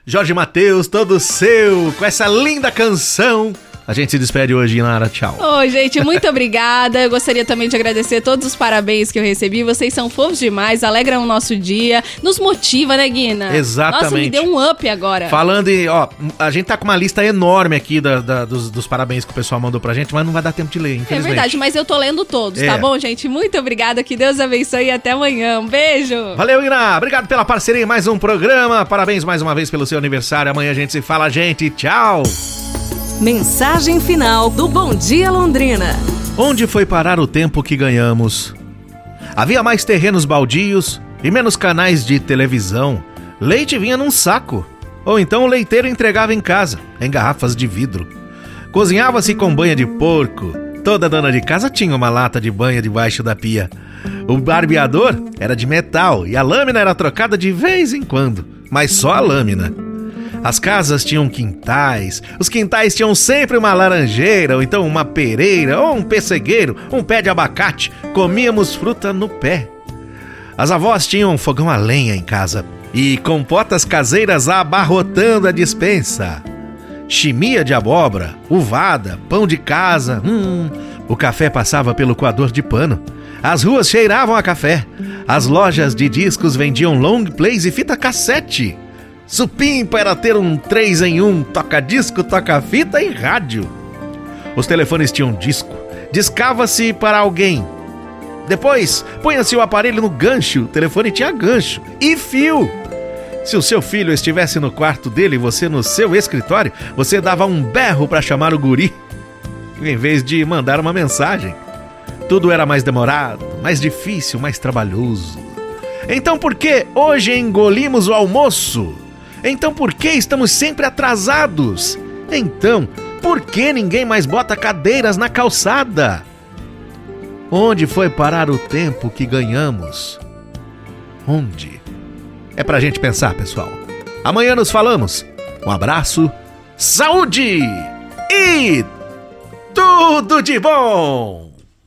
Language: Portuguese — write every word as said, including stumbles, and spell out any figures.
Jorge Mateus, todo seu, com essa linda canção. A gente se despede hoje, Inara, tchau. Oi, gente, muito obrigada. Eu gostaria também de agradecer todos os parabéns que eu recebi. Vocês são fofos demais, alegram o nosso dia, nos motiva, né, Guina? Exatamente. Nossa, me deu um up agora. Falando em, ó, a gente tá com uma lista enorme aqui da, da, dos, dos parabéns que o pessoal mandou pra gente, mas não vai dar tempo de ler, infelizmente. É verdade, mas eu tô lendo todos, é. tá bom, gente? Muito obrigada, que Deus abençoe e até amanhã. Um beijo. Valeu, Ina. Obrigado pela parceria em mais um programa. Parabéns mais uma vez pelo seu aniversário. Amanhã a gente se fala, gente. Tchau. Mensagem final do Bom Dia Londrina. Onde foi parar o tempo que ganhamos? Havia mais terrenos baldios e menos canais de televisão. Leite vinha num saco. Ou então o leiteiro entregava em casa, em garrafas de vidro. Cozinhava-se com banha de porco. Toda dona de casa tinha uma lata de banha debaixo da pia. O barbeador era de metal e a lâmina era trocada de vez em quando, mas só a lâmina. As casas tinham quintais, os quintais tinham sempre uma laranjeira, ou então uma pereira, ou um pessegueiro, um pé de abacate. Comíamos fruta no pé. As avós tinham um fogão a lenha em casa e compotas caseiras abarrotando a despensa. Chimia de abóbora, uvada, pão de casa, hum, o café passava pelo coador de pano. As ruas cheiravam a café. As lojas de discos vendiam long plays e fita cassete. Supimpa era ter um três em um, toca-disco, toca-fita e rádio. Os telefones tinham disco, discava-se para alguém. Depois, punha-se o aparelho no gancho, o telefone tinha gancho e fio. Se o seu filho estivesse no quarto dele e você no seu escritório, você dava um berro para chamar o guri, em vez de mandar uma mensagem. Tudo era mais demorado, mais difícil, mais trabalhoso. Então por que hoje engolimos o almoço? Então por que estamos sempre atrasados? Então, por que ninguém mais bota cadeiras na calçada? Onde foi parar o tempo que ganhamos? Onde? É pra gente pensar, pessoal. Amanhã nos falamos. Um abraço, saúde e tudo de bom!